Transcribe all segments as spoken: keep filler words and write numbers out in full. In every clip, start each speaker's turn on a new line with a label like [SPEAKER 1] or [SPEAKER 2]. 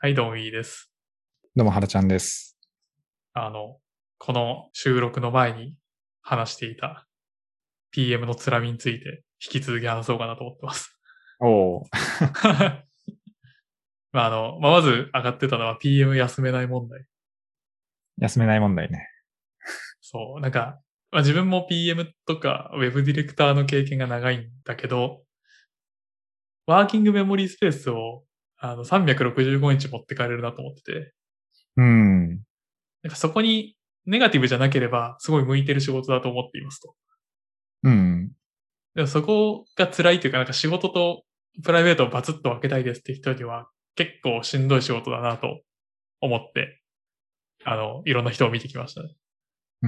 [SPEAKER 1] はい、どうもいいです。
[SPEAKER 2] どうも、はらちゃんです。
[SPEAKER 1] あの、この収録の前に話していた ピーエム のつらみについて引き続き話そうかなと思ってます。
[SPEAKER 2] おお、
[SPEAKER 1] まあ、あの、まあ、まず上がってたのは ピーエム 休めない問題。
[SPEAKER 2] 休めない問題ね。
[SPEAKER 1] そう、なんか、まあ、自分も ピーエム とか Web ディレクターの経験が長いんだけど、ワーキングメモリースペースをあのさんびゃくろくじゅうごにち持ってかれるなと思ってて、
[SPEAKER 2] うん、
[SPEAKER 1] なんかそこにネガティブじゃなければすごい向いてる仕事だと思っていますと。
[SPEAKER 2] うん、
[SPEAKER 1] でもそこが辛いというか、なんか仕事とプライベートをバツッと分けたいですって人には結構しんどい仕事だなと思って、あの、いろんな人を見てきましたね。
[SPEAKER 2] うん、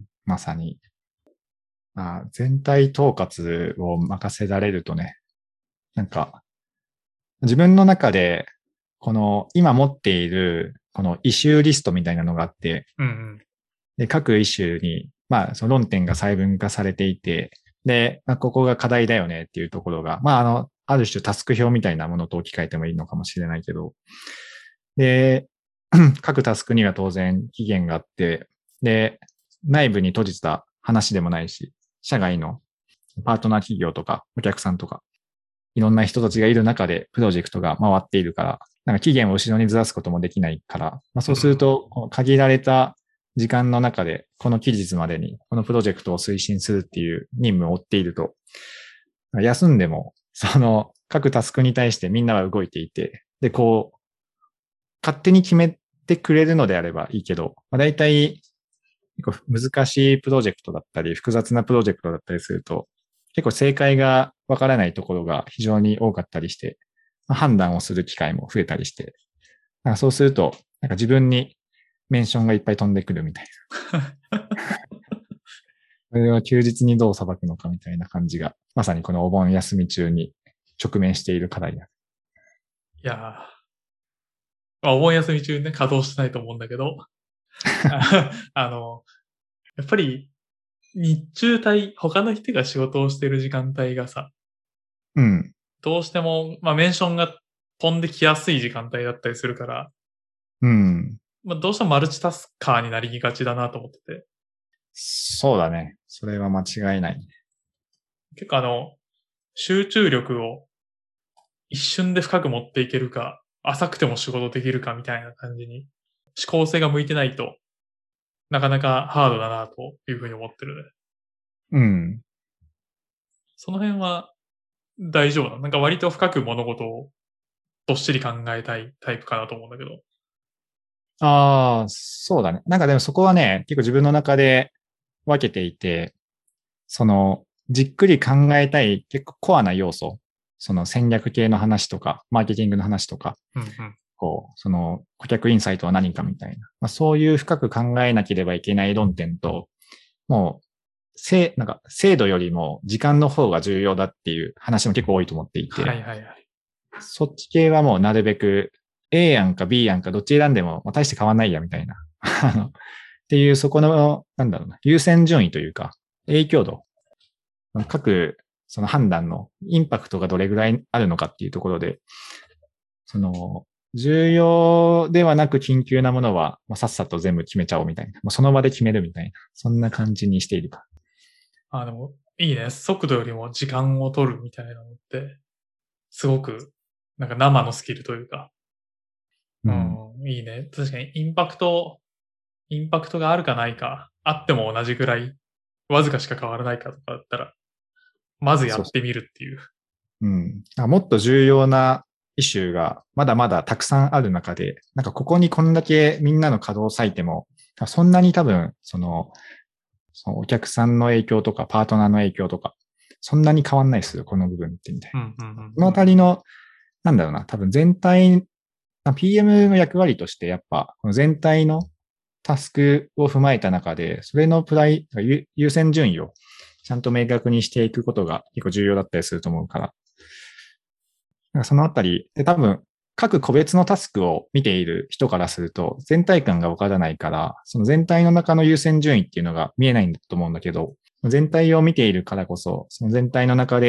[SPEAKER 2] まさに。あ、全体統括を任せられるとね、なんか、自分の中で、この今持っている、このイシューリストみたいなのがあって、
[SPEAKER 1] うんうん。
[SPEAKER 2] で、各イシューに、まあ、その論点が細分化されていて、で、まあ、ここが課題だよねっていうところが、まあ、あの、ある種タスク表みたいなものと置き換えてもいいのかもしれないけど、で、各タスクには当然期限があって、で、内部に閉じた話でもないし、社外のパートナー企業とかお客さんとか、いろんな人たちがいる中でプロジェクトが回っているから、なんか期限を後ろにずらすこともできないから、まあ、そうする
[SPEAKER 1] うん。
[SPEAKER 2] と、この限られた時間の中で、この期日までにこのプロジェクトを推進するっていう任務を負っていると、休んでも、その各タスクに対してみんなは動いていて、で、こう、勝手に決めてくれるのであればいいけど、まあ、大体結構難しいプロジェクトだったり、複雑なプロジェクトだったりすると、結構正解がわからないところが非常に多かったりして、まあ、判断をする機会も増えたりして、なんかそうすると、なんか自分にメンションがいっぱい飛んでくるみたいな。それは休日にどう裁くのかみたいな感じが、まさにこのお盆休み中に直面している課題だ。
[SPEAKER 1] いやー、まあ、お盆休み中にね、稼働してないと思うんだけど、ああの、やっぱり日中帯、他の人が仕事をしてる時間帯がさ、
[SPEAKER 2] うん。
[SPEAKER 1] どうしても、まあ、メンションが飛んできやすい時間帯だったりするから、
[SPEAKER 2] うん。
[SPEAKER 1] まあ、どうしてもマルチタスカーになりがちだなと思ってて、
[SPEAKER 2] そうだね。それは間違いない。
[SPEAKER 1] 結構あの、集中力を一瞬で深く持っていけるか、浅くても仕事できるかみたいな感じに、思考性が向いてないとなかなかハードだなというふうに思ってるね。
[SPEAKER 2] うん。
[SPEAKER 1] その辺は大丈夫なの？なんか割と深く物事をどっしり考えたいタイプかなと思うんだけど。
[SPEAKER 2] ああ、そうだね。なんかでもそこはね、結構自分の中で分けていて、その、じっくり考えたい結構コアな要素、その戦略系の話とか、マーケティングの話とか、
[SPEAKER 1] うんうん。
[SPEAKER 2] こう、その顧客インサイトは何かみたいな、まあ、そういう深く考えなければいけない論点と、もう、せ、なんか、精度よりも時間の方が重要だっていう話も結構多いと思っていて、
[SPEAKER 1] はいはいはい。
[SPEAKER 2] そっち系はもうなるべく A 案か B 案かどっち選んでも、まあ、大して変わんないやみたいな。あのっていう、そこの、なんだろうな、優先順位というか、影響度、各その判断のインパクトがどれぐらいあるのかっていうところで、その、重要ではなく緊急なものは、まあ、さっさと全部決めちゃおうみたいな。もうその場で決めるみたいな。そんな感じにしているか。
[SPEAKER 1] あ、でも、いいね。速度よりも時間を取るみたいなのって、すごく、なんか生のスキルというか、
[SPEAKER 2] うん。
[SPEAKER 1] うん、いいね。確かにインパクト、インパクトがあるかないか、あっても同じぐらい、わずかしか変わらないかとかだったら、まずや
[SPEAKER 2] そうそ
[SPEAKER 1] ってみるっていう。
[SPEAKER 2] う。うん。もっと重要なイシューがまだまだたくさんある中で、なんかここにこんだけみんなの稼働を割いても、そんなに多分、その、そのお客さんの影響とかパートナーの影響とか、そんなに変わんないですよ、この部分ってみたいな。
[SPEAKER 1] うんうんうん
[SPEAKER 2] このあ
[SPEAKER 1] うん。
[SPEAKER 2] たりの、なんだろうな、多分全体、ピーエム の役割としてやっぱ、この全体のタスクを踏まえた中で、それのプライ、優先順位をちゃんと明確にしていくことが結構重要だったりすると思うから、なんかそのあたり、で多分、各個別のタスクを見ている人からすると、全体感がわからないから、その全体の中の優先順位っていうのが見えないんだと思うんだけど、全体を見ているからこそ、その全体の中で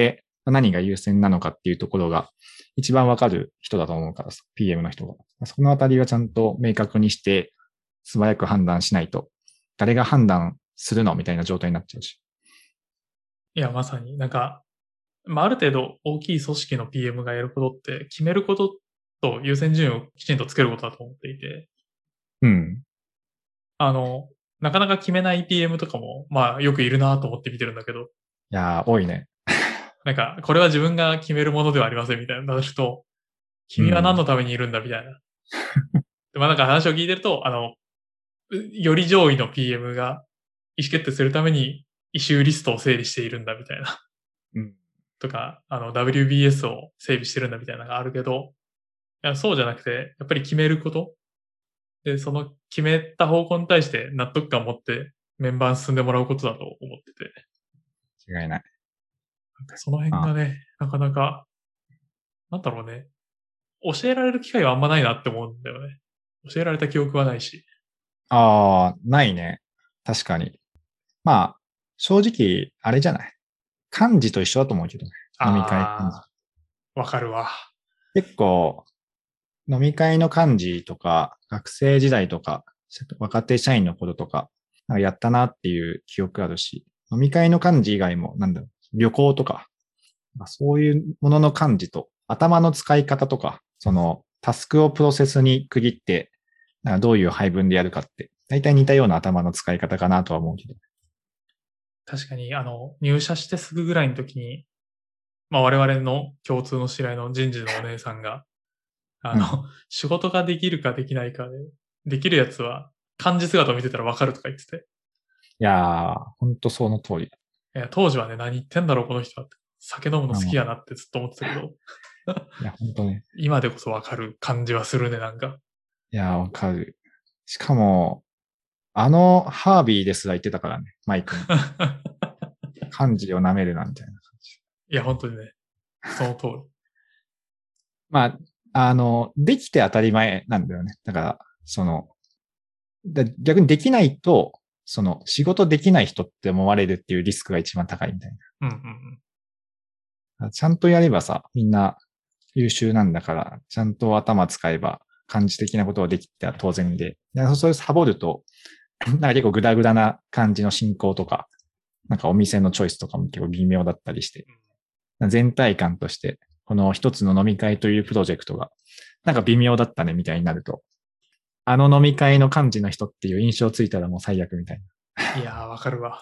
[SPEAKER 2] 何が優先なのかっていうところが一番わかる人だと思うからさ、ピーエム の人が。そのあたりはちゃんと明確にして素早く判断しないと、誰が判断するのみたいな状態になっちゃうし。
[SPEAKER 1] いや、まさになんか、まあ、ある程度大きい組織の ピーエム がやることって決めることと優先順位をきちんとつけることだと思っていて、
[SPEAKER 2] うん。
[SPEAKER 1] あの、なかなか決めない ピーエム とかも、まあよくいるなと思って見てるんだけど、
[SPEAKER 2] いやー、多いね。
[SPEAKER 1] なんか、これは自分が決めるものではありませんみたいな話と、君は何のためにいるんだみたいな。でまあなんか話を聞いてると、あの、より上位の ピーエム が意思決定するためにイシューリストを整理しているんだみたいな。
[SPEAKER 2] うん。
[SPEAKER 1] とか、あの、ダブリュービーエス を整備してるんだみたいなのがあるけど、いやそうじゃなくて、やっぱり決めること。で、その決めた方向に対して納得感を持ってメンバーに進んでもらうことだと思ってて。
[SPEAKER 2] 違いない。
[SPEAKER 1] なんかその辺がね、なかなか、なんだろうね。教えられる機会はあんまないなって思うんだよね。教えられた記憶はないし。
[SPEAKER 2] ああ、ないね。確かに。まあ、正直、あれじゃない。幹事と一緒だと思うけどね。飲み会幹事。
[SPEAKER 1] ああ、わかるわ。
[SPEAKER 2] 結構、飲み会の幹事とか、学生時代とか、若手社員の頃とか、なんかやったなっていう記憶あるし、飲み会の幹事以外も、なんだろう、旅行とか、まあそういうものの幹事と、頭の使い方とか、その、タスクをプロセスに区切って、なんかどういう配分でやるかって、大体似たような頭の使い方かなとは思うけど。
[SPEAKER 1] 確かに、あの、入社してすぐぐらいの時に、まあ我々の共通の知り合いの人事のお姉さんが、あの、
[SPEAKER 2] うん。
[SPEAKER 1] 仕事ができるかできないかで、できるやつは漢字姿を見てたらわかるとか言ってて。
[SPEAKER 2] いやー、ほんとその通り。
[SPEAKER 1] いや、当時はね、何言ってんだろう、この人はって。酒飲むの好
[SPEAKER 2] あの、
[SPEAKER 1] きやなってずっと思ってたけど、
[SPEAKER 2] いや、ほんとね。
[SPEAKER 1] 今でこそわかる感じはするね、なんか。
[SPEAKER 2] いやー、わかる。しかも、あのハービーですら言ってたからね、マイクに。漢字を舐めるな、みたいな感じ。
[SPEAKER 1] いや、本当にね、その通り。
[SPEAKER 2] まあ、あの、できて当たり前なんだよね。だから、その、だ逆にできないと、その、仕事できない人って思われるっていうリスクが一番高いみたい
[SPEAKER 1] うんうんうん。
[SPEAKER 2] な。ちゃんとやればさ、みんな優秀なんだから、ちゃんと頭使えば、漢字的なことができては当然で。でそれサボると、なんか結構グダグダな感じの進行とか、なんかお店のチョイスとかも結構微妙だったりして、全体感として、この一つの飲み会というプロジェクトが、なんか微妙だったねみたいになると、あの飲み会の幹事の人っていう印象ついたらもう最悪みたい
[SPEAKER 1] いやー、わかるわ。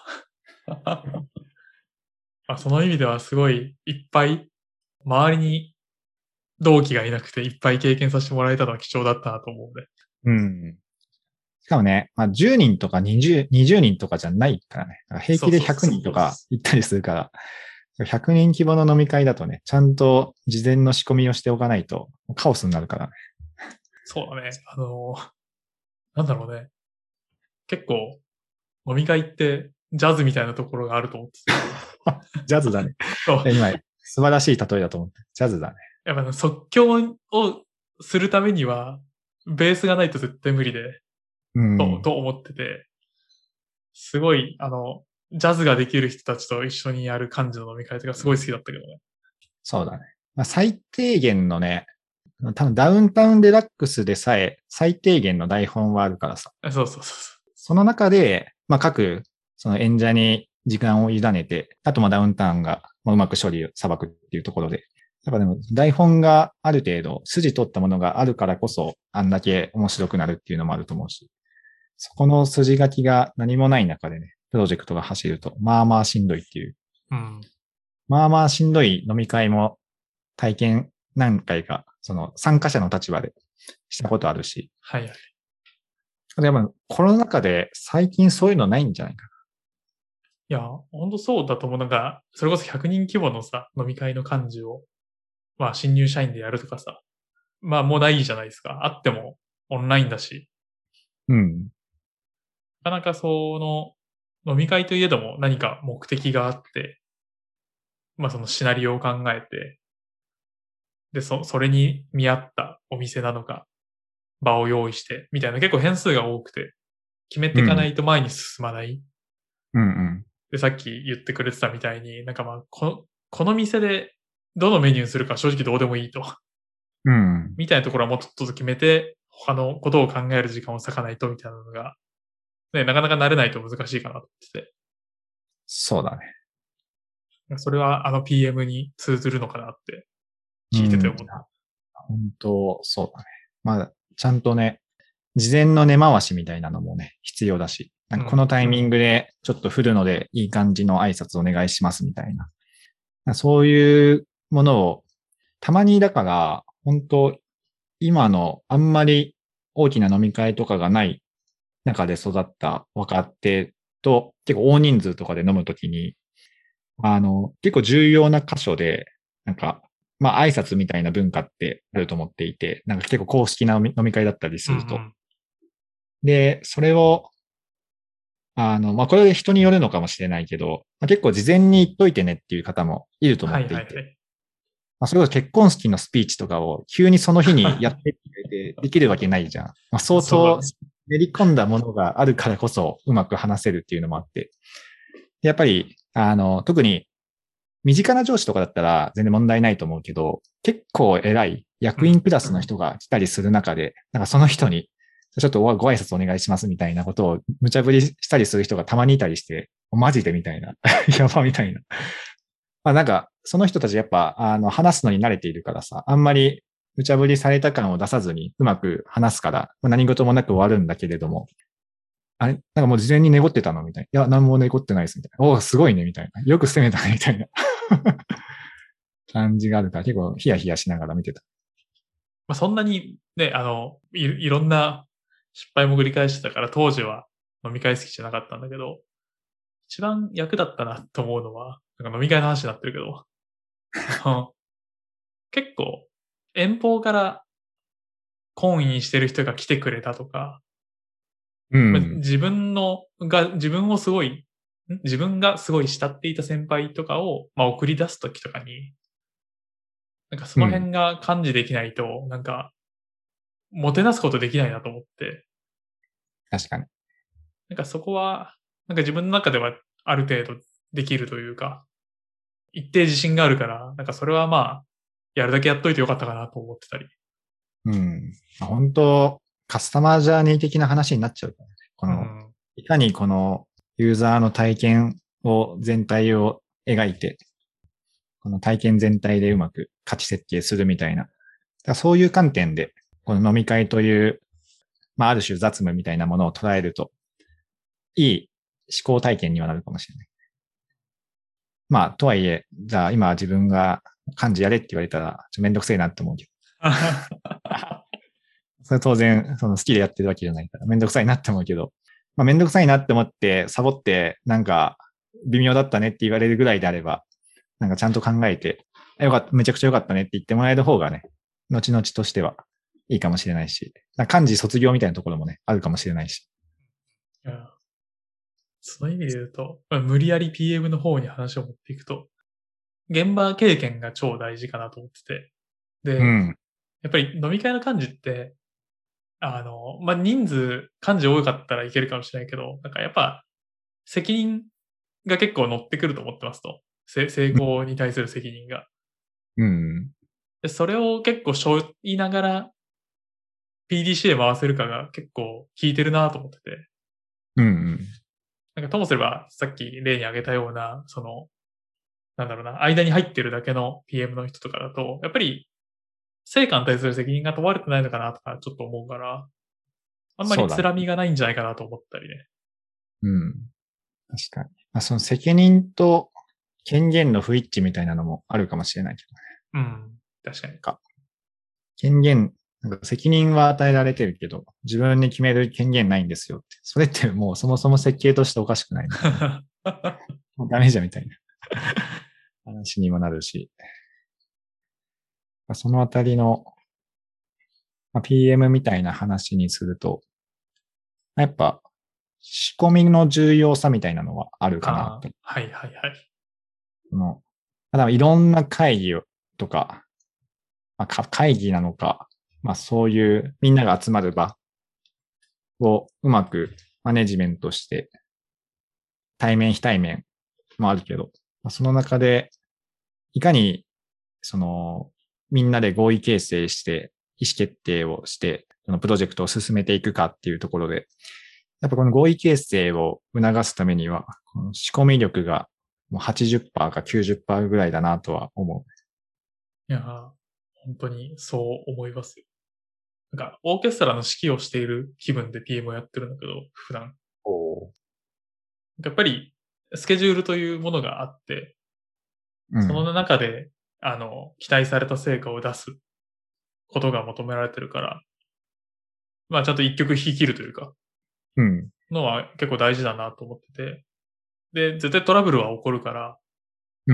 [SPEAKER 1] あ、その意味ではすごいいっぱい周りに同期がいなくていっぱい経験させてもらえたのは貴重だったなと思うね。
[SPEAKER 2] な。うん。しかもね、まあ、じゅうにんとかにじゅう、にじゅうにんとかじゃないからね。平気でひゃくにんとか行ったりするから、ひゃくにん規模の飲み会だとね、ちゃんと事前の仕込みをしておかないとカオスになるからね。
[SPEAKER 1] そうだね。あのー、なんだろうね。結構飲み会ってジャズみたいなところがあると思ってて。
[SPEAKER 2] ジャズだね。
[SPEAKER 1] そう。
[SPEAKER 2] 今、素晴らしい例えだと思って。ジャズだね。
[SPEAKER 1] やっぱ即興をするためには、ベースがないと絶対無理で、と、
[SPEAKER 2] うん。
[SPEAKER 1] と思ってて、すごい、あの、ジャズができる人たちと一緒にやる感じの飲み会とかすごい好きだったけどね。
[SPEAKER 2] そうだね。まあ、最低限のね、多分ダウンタウンデラックスでさえ最低限の台本はあるからさ。
[SPEAKER 1] そうそうそうそ
[SPEAKER 2] その中で、まあ、各、その演者に時間を委ねて、あとまあダウンタウンがうまく処理を裁くっていうところで。だからでも台本がある程度筋取ったものがあるからこそあんだけ面白くなるっていうのもあると思うし。そこの筋書きが何もない中でね、プロジェクトが走ると、まあまあしんどいっていう。
[SPEAKER 1] う。うん。
[SPEAKER 2] まあまあしんどい飲み会も体験何回か、その参加者の立場でしたことあるし。
[SPEAKER 1] はいはい。
[SPEAKER 2] でもコロナ禍で最近そういうのないんじゃないか
[SPEAKER 1] いや、ほんとそうだと思う。なんか、それこそひゃくにん規模のさ、飲み会の幹事を、まあ新入社員でやるとかさ、まあもうないじゃないですか。あってもオンラインだし、
[SPEAKER 2] な。うん。
[SPEAKER 1] なかなかその飲み会といえども何か目的があって、まあそのシナリオを考えて、で、そ、それに見合ったお店なのか、場を用意して、みたいな結構変数が多くて、決めていかな
[SPEAKER 2] うん。
[SPEAKER 1] いと前に進まない。
[SPEAKER 2] うんうん。
[SPEAKER 1] で、さっき言ってくれてたみたいに、なんかまあ、こ、 この店でどのメニューにするか正直どうでもいいと。
[SPEAKER 2] うん。
[SPEAKER 1] みたいなところはもうちょっとずつ決めて、他のことを考える時間を割かないとみたいなのが、ね、なかなか慣れないと難しいかなと思って
[SPEAKER 2] そうだね。
[SPEAKER 1] て。それはあの ピーエム に通ずるのかなって聞いてて思った。
[SPEAKER 2] 本当、そうだね。まあ、ちゃんとね、事前の根回しみたいなのもね、必要だし、なんかこのタイミングでちょっと振るのでいい感じの挨拶お願いしますみたいな。そういうものを、たまにだから、本当今のあんまり大きな飲み会とかがない中で育った若手と結構大人数とかで飲むときに、あの、結構重要な箇所で、なんか、まあ挨拶みたいな文化ってあると思っていて、なんか結構公式な飲み飲み会だったりすると。
[SPEAKER 1] うんうん、
[SPEAKER 2] で、それを、あの、まあこれで人によるのかもしれないけど、まあ、結構事前に言っといてねっていう方もいると思
[SPEAKER 1] はい
[SPEAKER 2] っていて、
[SPEAKER 1] はいはい。
[SPEAKER 2] まあそれこそ結婚式のスピーチとかを急にその日にやってくれてできるわけないじゃん。まあ相当
[SPEAKER 1] そうだね。
[SPEAKER 2] 練り込んだものがあるからこそうまく話せるっていうのもあって、やっぱり、あの、特に身近な上司とかだったら全然問題ないと思うけど、結構偉い役員クラスの人が来たりする中で、なんかその人に、ちょっとご挨拶お願いしますみたいなことを無茶ぶりしたりする人がたまにいたりして、マジでみたいな。やばみたいな。まあなんか、その人たちやっぱ、あの、話すのに慣れているからさ、あんまり無茶ぶりされた感を出さずにうまく話すから、何事もなく終わるんだけれども、あれなんかもう事前に寝ごってたのみたいな。いや、何も寝ごってないですみたいな。おお、すごいねみたいな。よく攻めたねみたいな感じがあるから、結構ヒヤヒヤしながら見てた。
[SPEAKER 1] まあ、そんなにね、あのい、いろんな失敗も繰り返してたから、当時は飲み会好きじゃなかったんだけど、一番役だったなと思うのは、なんか飲み会の話になってるけど、あの、結構遠方から懇意にしてる人が来てくれたとか、まあ、
[SPEAKER 2] うん。
[SPEAKER 1] 自分のが、自分をすごい、自分がすごい慕っていた先輩とかを、まあ、送り出すときとかに、なんかそ
[SPEAKER 2] うん。
[SPEAKER 1] の辺が感知できないと、なんか、もてなすことできないなと思って、
[SPEAKER 2] 確かに。
[SPEAKER 1] なんかそこは、なんか自分の中ではある程度できるというか、一定自信があるから、なんかそれはまあ、やるだけやっといてよかったかなと思ってたり。
[SPEAKER 2] うん。本当カスタマージャーニー的な話になっちゃうからね。この、
[SPEAKER 1] うん。
[SPEAKER 2] いかにこのユーザーの体験を、全体を描いて、この体験全体でうまく価値設計するみたいな。だからそういう観点で、この飲み会という、まあ、ある種雑務みたいなものを捉えると、いい思考体験にはなるかもしれない。まあ、とはいえ、じゃあ今自分が漢字やれって言われたら、ちょっとめんどくせえなって思うけど。それ当然、その好きでやってるわけじゃないから、めんどくさいなって思うけど、まあ、めんどくさいなって思って、サボって、なんか、微妙だったねって言われるぐらいであれば、なんかちゃんと考えて、よかった、めちゃくちゃよかったねって言ってもらえる方がね、後々としてはいいかもしれないし、漢字卒業みたいなところもね、あるかもしれないし。
[SPEAKER 1] いや、そういう意味で言うと、まあ無理やり ピーエム の方に話を持っていくと、現場経験が超大事かなと思ってて。で、
[SPEAKER 2] うん。
[SPEAKER 1] やっぱり飲み会の幹事って、あの、まあ、人数、幹事多かったらいけるかもしれないけど、なんかやっぱ、責任が結構乗ってくると思ってますと。せ成功に対する責任が。
[SPEAKER 2] うん。
[SPEAKER 1] で、それを結構背負いながら ピーディーシー で回せるかが結構効いてるなと思ってて。
[SPEAKER 2] うん。
[SPEAKER 1] なんかともすれば、さっき例に挙げたような、その、なんだろうな、間に入ってるだけの ピーエム の人とかだと、やっぱり成果に対する責任が問われてないのかなとかちょっと思うから、あんまり
[SPEAKER 2] そうだね。
[SPEAKER 1] つらみがないんじゃないかなと思ったりね。
[SPEAKER 2] うん。確かに。まあ、その責任と権限の不一致みたいなのもあるかもしれないけどね。
[SPEAKER 1] うん。確かに。
[SPEAKER 2] か権限、なんか責任は与えられてるけど、自分に決める権限ないんですよって。それってもうそもそも設計としておかしくないみたいな。もうダメじゃんみたいな話にもなるし。そのあたりの、まあ、ピーエム みたいな話にすると、やっぱ仕込みの重要さみたいなのはあるかな
[SPEAKER 1] ああ、
[SPEAKER 2] と。
[SPEAKER 1] はいはいはい。
[SPEAKER 2] そのただいろんな会議とか、まあ、会議なのか、まあそういうみんなが集まる場をうまくマネジメントして、対面非対面もあるけど、まあ、その中でいかに、その、みんなで合意形成して、意思決定をして、そのプロジェクトを進めていくかっていうところで、やっぱこの合意形成を促すためには、この仕込み力がもう はちじゅっパーセント か きゅうじゅっパーセント ぐらいだなとは思
[SPEAKER 1] いやー、本当にそう思いますよ。なんか、オーケストラの指揮をしている気分で ピーエム をやってるんだけど、普段。
[SPEAKER 2] う。
[SPEAKER 1] やっぱり、スケジュールというものがあって、その
[SPEAKER 2] うん。
[SPEAKER 1] 中で、あの、期待された成果を出すことが求められてるから、まあちゃんと一曲弾き切るというか、
[SPEAKER 2] うん。
[SPEAKER 1] のは結構大事だなと思ってて、で、絶対トラブルは起こるから、
[SPEAKER 2] うん。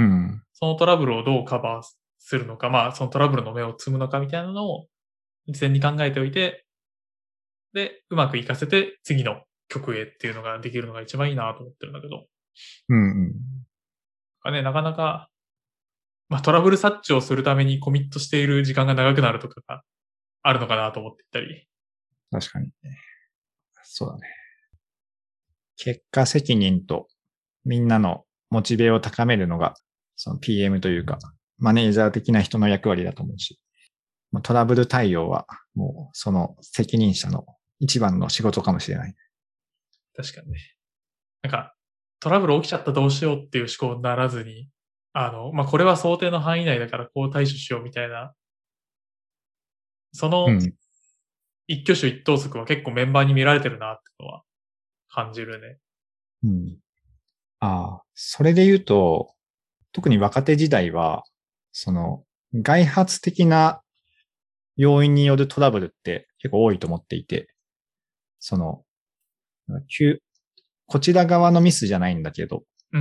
[SPEAKER 1] そのトラブルをどうカバーするのか、まあそのトラブルの芽を摘むのかみたいなのを事前に考えておいて、で、うまくいかせて次の曲へっていうのができるのが一番いいなと思ってるんだけど、
[SPEAKER 2] うん。
[SPEAKER 1] ね、なかなか、まあトラブル察知をするためにコミットしている時間が長くなるとかがあるのかなと思っていたり。
[SPEAKER 2] 確かに。そうだね。結果責任とみんなのモチベを高めるのが、その ピーエム というか、マネージャー的な人の役割だと思うし、トラブル対応はもうその責任者の一番の仕事かもしれない。
[SPEAKER 1] 確かにね。なんか、トラブル起きちゃったどうしようっていう思考にならずに、あの、まあ、これは想定の範囲内だからこう対処しようみたいな、その
[SPEAKER 2] うん。
[SPEAKER 1] 一挙手一投足は結構メンバーに見られてるなってのは感じるね。
[SPEAKER 2] うん。ああ、それで言うと、特に若手時代は、その、外発的な要因によるトラブルって結構多いと思っていて、その、急こちら側のミスじゃないんだけど、
[SPEAKER 1] うん。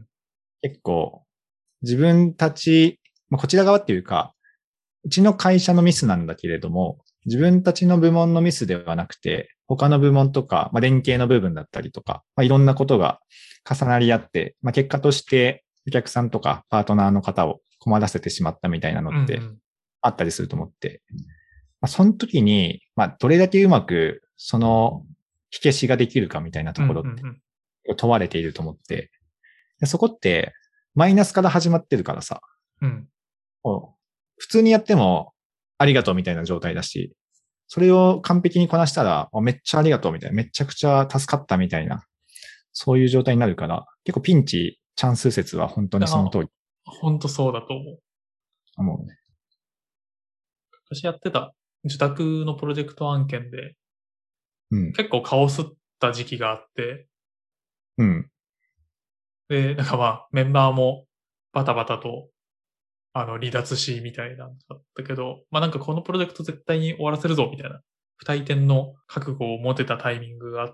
[SPEAKER 2] 結構自分たち、まあ、こちら側っていうか、うちの会社のミスなんだけれども、自分たちの部門のミスではなくて、他の部門とか、まあ、連携の部分だったりとか、まあ、いろんなことが重なり合って、まあ、結果としてお客さんとかパートナーの方を困らせてしまったみたいなのって
[SPEAKER 1] うんうん。
[SPEAKER 2] あったりすると思って、まあ、その時に、まあ、どれだけうまくその火消しができるかみたいなと
[SPEAKER 1] うんう
[SPEAKER 2] ころって
[SPEAKER 1] ん
[SPEAKER 2] 問われていると思って、でそこってマイナスから始まってるからさ、
[SPEAKER 1] うん。うん。
[SPEAKER 2] もう普通にやってもありがとうみたいな状態だし、それを完璧にこなしたら、めっちゃありがとうみたいな、めちゃくちゃ助かったみたいな、そういう状態になるから、結構ピンチ、チャンス説は本当にその通り。
[SPEAKER 1] ほんとそうだと思う。
[SPEAKER 2] 思うね。
[SPEAKER 1] 私やってた受託のプロジェクト案件で
[SPEAKER 2] うん。
[SPEAKER 1] 結構カオスった時期があって、
[SPEAKER 2] うん。
[SPEAKER 1] で、なんかまあメンバーもバタバタとあの離脱しみたいなんだったけど、まあなんかこのプロジェクト絶対に終わらせるぞみたいな、不退転の覚悟を持てたタイミングがあって、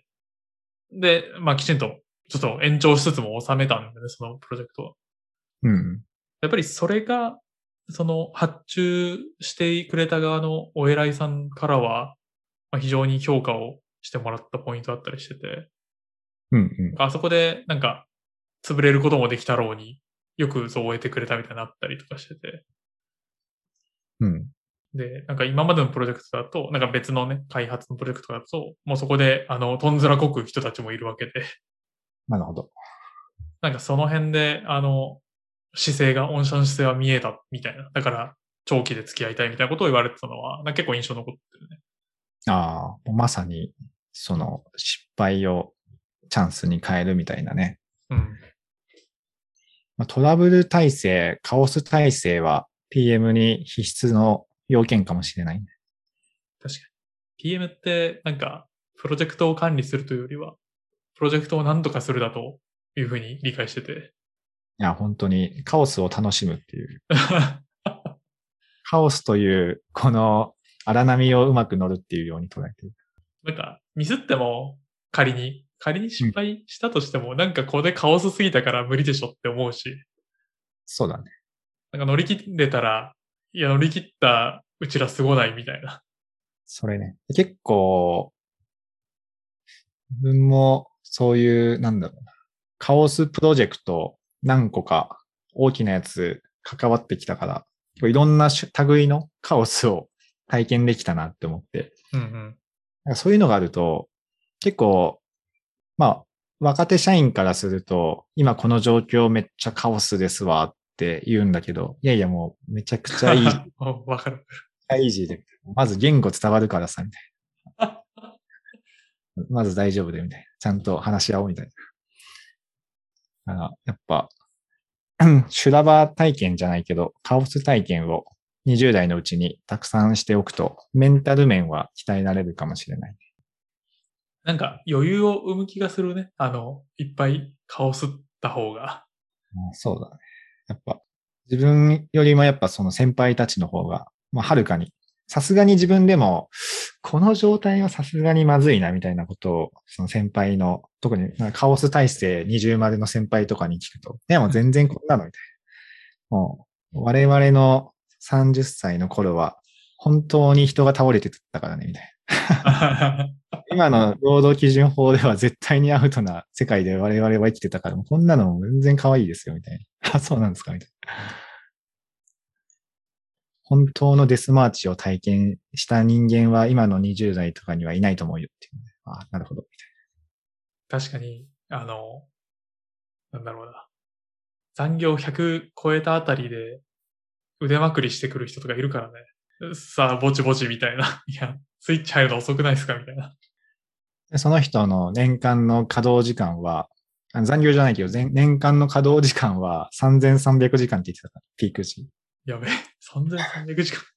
[SPEAKER 1] で、まあきちんとちょっと延長しつつも収めたんだよね、そのプロジェクトは。
[SPEAKER 2] うん。
[SPEAKER 1] やっぱりそれが、その発注してくれた側のお偉いさんからは、まあ、非常に評価をしてもらったポイントだったりしてて、
[SPEAKER 2] うん。うん。
[SPEAKER 1] あそこでなんか潰れることもできたろうによくそう終えてくれたみたいになったりとかしてて、
[SPEAKER 2] うん。
[SPEAKER 1] で、なんか今までのプロジェクトだと、なんか別のね、開発のプロジェクトだと、もうそこで、あの、とんずらこく人たちもいるわけで、
[SPEAKER 2] なるほど。
[SPEAKER 1] なんかその辺で、あの、姿勢が、御社の姿勢は見えたみたいな。だから、長期で付き合いたいみたいなことを言われてたのは、なんか結構印象残ってるね。
[SPEAKER 2] ああ、まさに、その失敗をチャンスに変えるみたいなね。
[SPEAKER 1] うん。
[SPEAKER 2] まあ、トラブル体制、カオス体制は ピーエム に必須の要件かもしれないね。
[SPEAKER 1] 確かに。ピーエム って、なんか、プロジェクトを管理するというよりは、プロジェクトを何とかするだというふうに理解してて。
[SPEAKER 2] いや、本当にカオスを楽しむっていう。カオスという、この荒波をうまく乗るっていうように捉えている。
[SPEAKER 1] なんか、ミスっても、仮に、仮に
[SPEAKER 2] うん、
[SPEAKER 1] 失敗したとしても、なんかこれカオスすぎたから無理でしょって思うし、
[SPEAKER 2] そうだね。
[SPEAKER 1] なんか乗り切れたら、いや、乗り切ったうちらすごないみたいな。
[SPEAKER 2] それね。結構、自分もそういう、なんだろうな。カオスプロジェクト何個か大きなやつ関わってきたから、いろんな類のカオスを体験できたなって思って。
[SPEAKER 1] うんうん。
[SPEAKER 2] なんかそういうのがあると、結構、まあ、若手社員からすると、今この状況めっちゃカオスですわっって言うんだけど、いやいやもうめちゃくちゃいい、
[SPEAKER 1] わかる。
[SPEAKER 2] イージーで、まず言語伝わるからさ、みたいな。まず大丈夫で、みたいな。ちゃんと話し合おう、みたいな。だからやっぱ、修羅場体験じゃないけど、カオス体験をにじゅう代のうちにたくさんしておくと、メンタル面は鍛えられるかもしれない。
[SPEAKER 1] なんか余裕を生む気がするね。あの、いっぱい顔すった方が。
[SPEAKER 2] うん、そうだね。やっぱ、自分よりもやっぱその先輩たちの方が、まあ、はるかに、さすがに自分でも、この状態はさすがにまずいなみたいなことを、その先輩の、特にカオス体制二重丸の先輩とかに聞くと、いやもう全然こんなのみたいな。もう、我々のさんじゅっさいの頃は、本当に人が倒れてたからね、みたいな。今の労働基準法では絶対にアウトな世界で我々は生きてたから、もうこんなの全然可愛いですよ、みたいな。あ、そうなんですか、みたいな。本当のデスマーチを体験した人間は今のにじゅう代とかにはいないと思うよっていう、ね。あ、なるほど、み
[SPEAKER 1] 確かに、あの、なんだろうな。残業ひゃく超えたあたりで腕まくりしてくる人とかいるからね。さあ、ぼちぼちみたいな。いや、スイッチ入るの遅くないですかみたいな。
[SPEAKER 2] たいな。その人の年間の稼働時間は、残業じゃないけど、年間の稼働時間はさんぜんさんびゃくじかんって言ってたから、ピーク時。
[SPEAKER 1] やべえ、さんぜんさんびゃくじか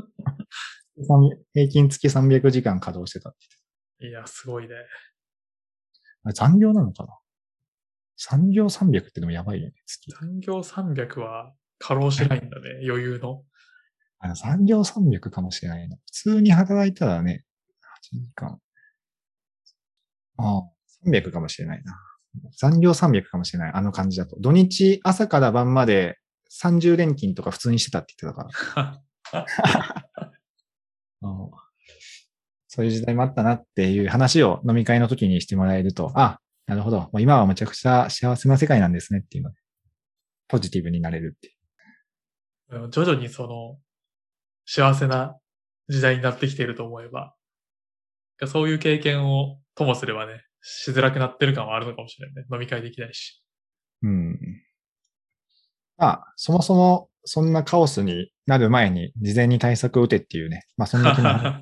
[SPEAKER 2] 平均月さんびゃくじかん稼働してたって
[SPEAKER 1] ん。いや、すごいね。
[SPEAKER 2] 言ってた。残業なのかな？残業さんびゃくってでもやばいよね、月。
[SPEAKER 1] 残業さんびゃくは過労しないんだね、余裕の。
[SPEAKER 2] あ、残業さんびゃくかもしれないな。普通に働いたらね、はちじかん。ああ、さんびゃくかもしれないな。残業さんびゃくかもしれない。あの感じだと。土日朝から晩までさんじゅう連勤とか普通にしてたって言ってたから。そういう時代もあったなっていう話を飲み会の時にしてもらえると、あ、なるほど。もう今はむちゃくちゃ幸せな世界なんですねっていうので、ポジティブになれるっていう。
[SPEAKER 1] 徐々にその幸せな時代になってきていると思えば、そういう経験をともすればね、しづらくなってる感はあるのかもしれないね。飲み会できないし。
[SPEAKER 2] うん。まあ、そもそもそんなカオスになる前に事前に対策を打てっていうね。まあそんだけの話。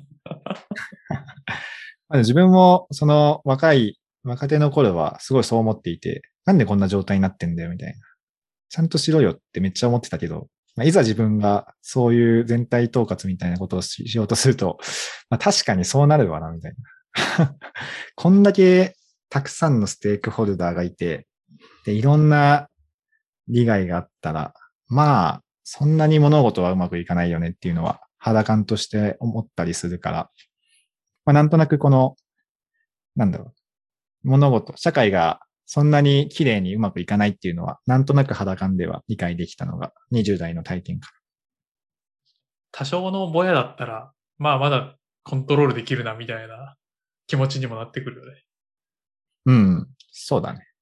[SPEAKER 2] 自分もその若い、若手の頃はすごいそう思っていて、なんでこんな状態になってんだよみたいな。ちゃんとしろよってめっちゃ思ってたけど、まあ、いざ自分がそういう全体統括みたいなことをしようとすると、まあ、確かにそうなるわな、みたいな。こんだけたくさんのステークホルダーがいて、で、いろんな利害があったら、まあ、そんなに物事はうまくいかないよねっていうのは肌感として思ったりするから、まあ、なんとなくこの、なんだろう、物事、社会がそんなに綺麗にうまくいかないっていうのは、なんとなく肌感では理解できたのがにじゅう代の体験か
[SPEAKER 1] 多少のぼやだったら、まあまだコントロールできるなみたいな気持ちにもなってくるよね。
[SPEAKER 2] うん、そうだね。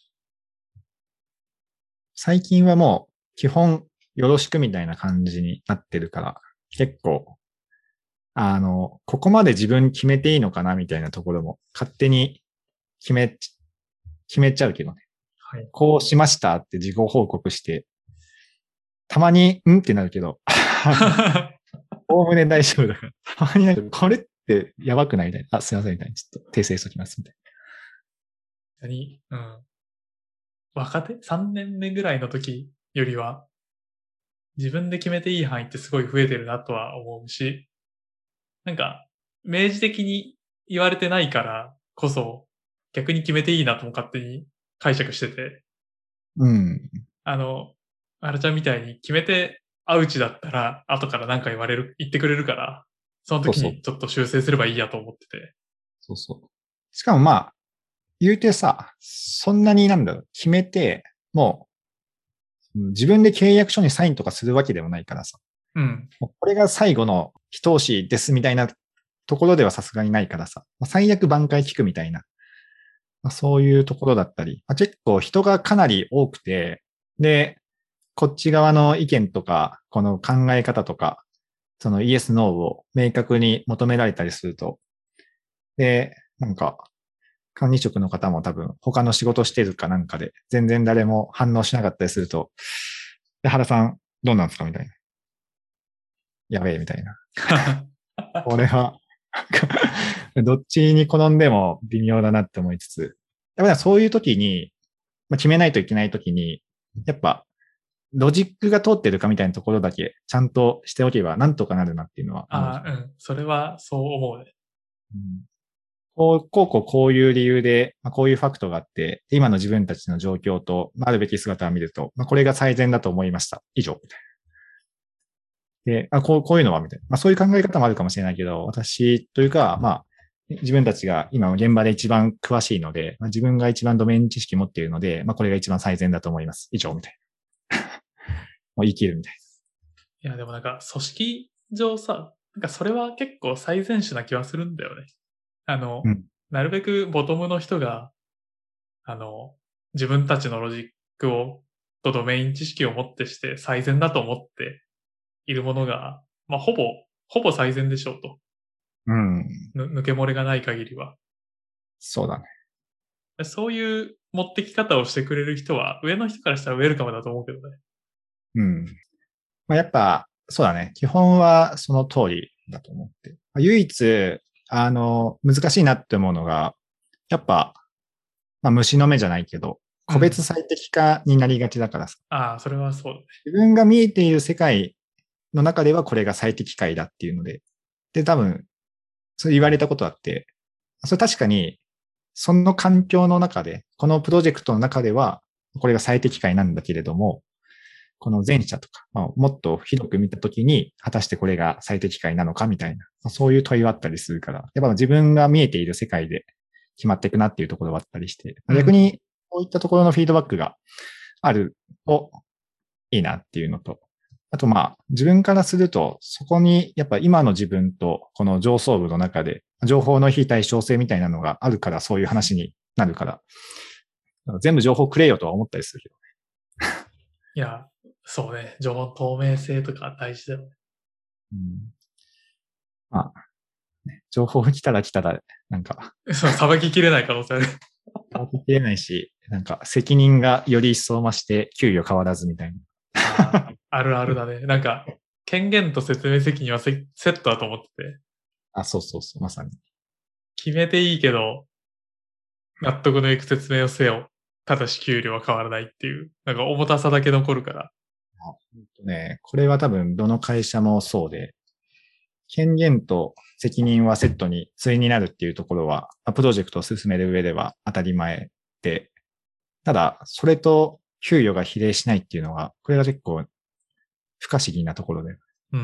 [SPEAKER 2] 最近はもう基本よろしくみたいな感じになってるから、結構、あの、ここまで自分決めていいのかなみたいなところも勝手に決め、決めちゃうけどね。
[SPEAKER 1] はい。
[SPEAKER 2] こうしましたって自己報告して、たまに、んってなるけど、おおむね大丈夫だから。たまになんか、これってやばくないみたいな。あ、すいませんみたいな。ちょっと訂正しときますみたい
[SPEAKER 1] 何うん。若手 ?さん 年目ぐらいの時よりは、自分で決めていい範囲ってすごい増えてるなとは思うし、なんか、明示的に言われてないからこそ、逆に決めていいなとも勝手に解釈してて、
[SPEAKER 2] な。うん。
[SPEAKER 1] あの、あらちゃんみたいに決めてアウチだったら、後から何か言われる、言ってくれるから、その時
[SPEAKER 2] そうそう。
[SPEAKER 1] にちょっと修正すればいいやと思ってて。
[SPEAKER 2] そうそう。しかもまあ、言うてさ、そんなになんだろう、決めて、もう、自分で契約書にサインとかするわけでもないからさ。
[SPEAKER 1] うん。
[SPEAKER 2] もうこれが最後の一押しですみたいなところではさすがにないからさ。まあ、最悪挽回聞くみたいな。まあ、そういうところだったり、まあ、結構人がかなり多くて、で、こっち側の意見とか、この考え方とか、そのイエス、ノーを明確に求められたりすると、で、なんか、管理職の方も多分他の仕事してるかなんかで全然誰も反応しなかったりすると、 で、原さん、どうなんですかみたいな。やべえ、みたいな。これは、どっちに転んでも微妙だなって思いつつ、やっぱりそういう時に、まあ、決めないといけない時に、やっぱ、ロジックが通ってるかみたいなところだけちゃんとしておけばなんとかなるなっていうのは思う。
[SPEAKER 1] ああ、うん。それはそう思うね。
[SPEAKER 2] うん、こう、こうこうこういう理由で、まあ、こういうファクトがあって、今の自分たちの状況と、まあ、あるべき姿を見ると、まあ、これが最善だと思いました。以上。みたいな。で、あ、こう、こういうのは、みたいな。まあ、そういう考え方もあるかもしれないけど、私というか、まあ、自分たちが今現場で一番詳しいので、まあ、自分が一番ドメイン知識持っているので、まあ、これが一番最善だと思います。以上、みたいな。もう言い切るみたい
[SPEAKER 1] いや、でもなんか、組織上さ、なんかそれは結構最善手な気はするんだよね。あの、
[SPEAKER 2] な。うん。
[SPEAKER 1] なるべくボトムの人が、あの、自分たちのロジックを、とドメイン知識を持ってして最善だと思っているものが、まあ、ほぼ、ほぼ最善でしょうと。
[SPEAKER 2] うん。
[SPEAKER 1] ぬ抜け漏れがない限りは。
[SPEAKER 2] そうだね。
[SPEAKER 1] そういう持ってき方をしてくれる人は、上の人からしたらウェルカムだと思うけどね。
[SPEAKER 2] うん。まあ、やっぱ、そうだね。基本はその通りだと思って。まあ、唯一、あの、難しいなって思うのが、やっぱ、まあ、虫の目じゃないけど、個別
[SPEAKER 1] うん。
[SPEAKER 2] 最適化になりがちだからさ。
[SPEAKER 1] ああ、それはそうだね。
[SPEAKER 2] 自分が見えている世界の中ではこれが最適解だっていうので。で、多分、そう言われたことあって、それ確かに、その環境の中で、このプロジェクトの中では、これが最適解なんだけれども、この前者とか、まあ、もっと広く見たときに、果たしてこれが最適解なのかみたいな、まあ、そういう問いはあったりするから、やっぱ自分が見えている世界で決まっていくなっていうところはあったりして、
[SPEAKER 1] うん。
[SPEAKER 2] 逆にこういったところのフィードバックがあるといいなっていうのと、あとまあ自分からすると、そこにやっぱ今の自分とこの上層部の中で情報の非対称性みたいなのがあるからそういう話になるから、全部情報くれよとは思ったりするけど。
[SPEAKER 1] いや、そうね。情報透明性とか大事だよね。
[SPEAKER 2] うん、まあ情報来たら来たら、なんか、
[SPEAKER 1] そう、さばききれない可能性ある。
[SPEAKER 2] 分けきれないし、なんか責任がより一層増して給与変わらずみたいな。
[SPEAKER 1] ああ、あるあるだね。なんか、権限と説明責任はセセットだと思ってて、
[SPEAKER 2] あ、そうそうそう、まさに。
[SPEAKER 1] 決めていいけど、納得のいく説明をせよ。ただし給料は変わらないっていう、なんか重たさだけ残るから。
[SPEAKER 2] あね、これは多分どの会社もそうで、権限と責任はセットに対になるっていうところは、プロジェクトを進める上では当たり前で、ただ、それと給与が比例しないっていうのは、これが結構不可思議なところで。
[SPEAKER 1] うん。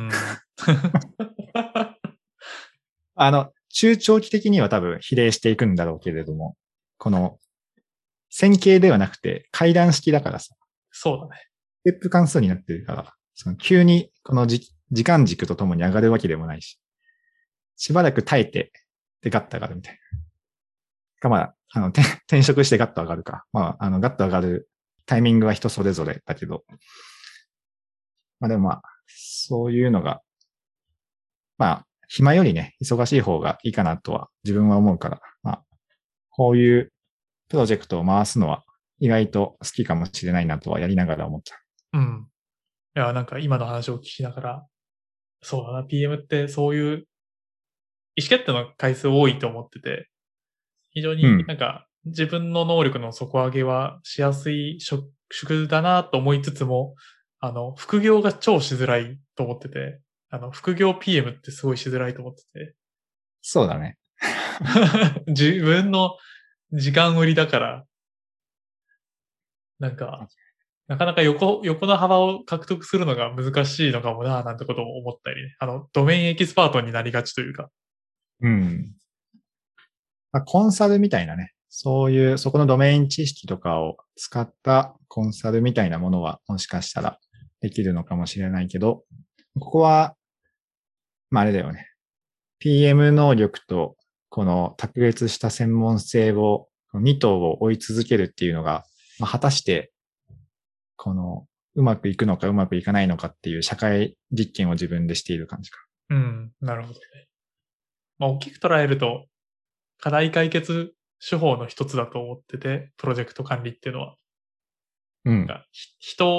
[SPEAKER 2] あの、中長期的には多分比例していくんだろうけれども、この線形ではなくて階段式だからさ、
[SPEAKER 1] そうだね。
[SPEAKER 2] ステップ関数になってるから、その急にこの時時間軸とともに上がるわけでもないし、しばらく耐えて、でガッと上がるみたいな。か、まあ、あの、転職してガッと上がるか。まあ、あの、ガッと上がるタイミングは人それぞれだけど、まあでもまあ、そういうのが、まあ、暇よりね、忙しい方がいいかなとは自分は思うから、まあ、こういうプロジェクトを回すのは意外と好きかもしれないなとはやりながら思った。
[SPEAKER 1] うん。いや、なんか今の話を聞きながら、そうだな、ピーエム ってそういう意思決定の回数多いと思ってて、非常
[SPEAKER 2] うん。
[SPEAKER 1] になんか自分の能力の底上げはしやすい職種だなと思いつつも、あの、副業が超しづらいと思ってて、あの、副業 ピーエム ってすごいしづらいと思ってて、
[SPEAKER 2] そうだね。
[SPEAKER 1] 自分の時間売りだから、なんか、なかなか横、横の幅を獲得するのが難しいのかもな、なんてことを思ったりね。あの、ドメインエキスパートになりがちというか。
[SPEAKER 2] うん。まあ、コンサルみたいなね、そういう、そこのドメイン知識とかを使ったコンサルみたいなものはもしかしたらできるのかもしれないけど、ここは、まああれだよね。ピーエム 能力とこの卓越した専門性を、に頭を追い続けるっていうのが、まあ、果たして、この、うまくいくのかうまくいかないのかっていう社会実験を自分でしている感じか。
[SPEAKER 1] うん、なるほどね。まあ、大きく捉えると、課題解決手法の一つだと思ってて、プロジェクト管理っていうのは。
[SPEAKER 2] うん。
[SPEAKER 1] なんか、人を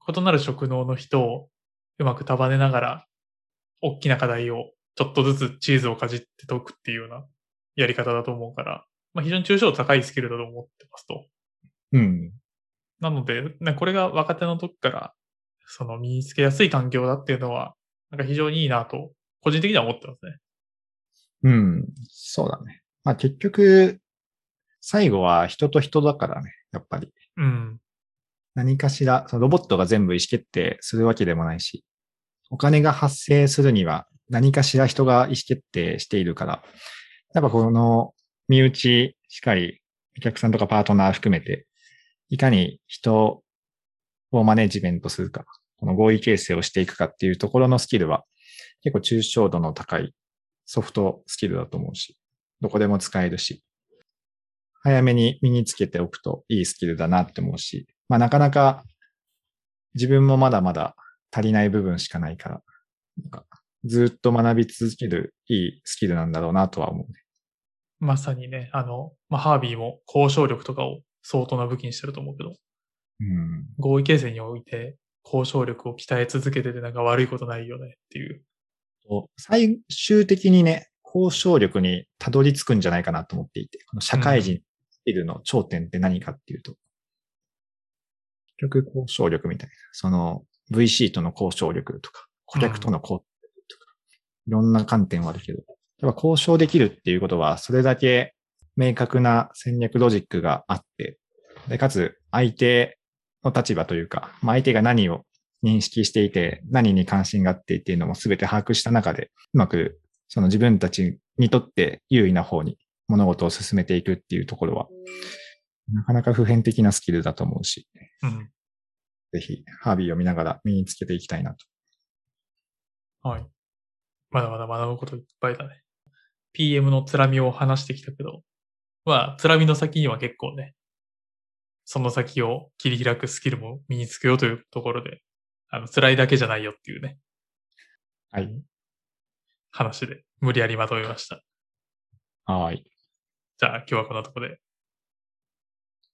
[SPEAKER 1] 異なる職能の人をうまく束ねながら、大きな課題をちょっとずつチーズをかじって解くっていうようなやり方だと思うから、まあ、非常に抽象度高いスキルだと思ってますと。
[SPEAKER 2] うん。
[SPEAKER 1] なので、ね、これが若手の時から、その身につけやすい環境だっていうのは、なんか非常にいいなと、個人的には思ってますね。
[SPEAKER 2] うん。そうだね。まあ結局、最後は人と人だからね、やっぱり。
[SPEAKER 1] うん。
[SPEAKER 2] 何かしら、そのロボットが全部意思決定するわけでもないし、お金が発生するには何かしら人が意思決定しているから、やっぱこの身内しっかりお客さんとかパートナー含めて、いかに人をマネジメントするか、この合意形成をしていくかっていうところのスキルは結構抽象度の高いソフトスキルだと思うし、どこでも使えるし、早めに身につけておくといいスキルだなって思うし、まあなかなか自分もまだまだ足りない部分しかないから、なんかずっと学び続けるいいスキルなんだろうなとは思うね。
[SPEAKER 1] まさにね、あの、まあ、ハービーも交渉力とかを相当な武器にしてると思うけど、
[SPEAKER 2] うん、
[SPEAKER 1] 合意形成において交渉力を鍛え続けててなんか悪いことないよねっていう。
[SPEAKER 2] 最終的にね、交渉力にたどり着くんじゃないかなと思っていて、この社会人スキルの頂点って何かっていうと、結局交渉力みたいな、その ブイシー との交渉力とか、顧客との交渉力とか、いろんな観点はあるけど、やっぱ交渉できるっていうことは、それだけ明確な戦略ロジックがあって、で、かつ相手の立場というか、まあ、相手が何を認識していて、何に関心があってっていうのも全て把握した中で、うまくその自分たちにとって優位な方に物事を進めていくっていうところは、なかなか普遍的なスキルだと思うし、
[SPEAKER 1] うん。
[SPEAKER 2] ぜひハービーを見ながら身につけていきたいなと。
[SPEAKER 1] はい。まだまだ学ぶこといっぱいだね。ピーエム のつらみを話してきたけど、まあ、つらみの先には結構ね、その先を切り開くスキルも身につけようというところで、あの、辛いだけじゃないよっていうね、
[SPEAKER 2] はい。
[SPEAKER 1] 話で無理やりまとめました。
[SPEAKER 2] はい。
[SPEAKER 1] じゃあ今日はこんなところで。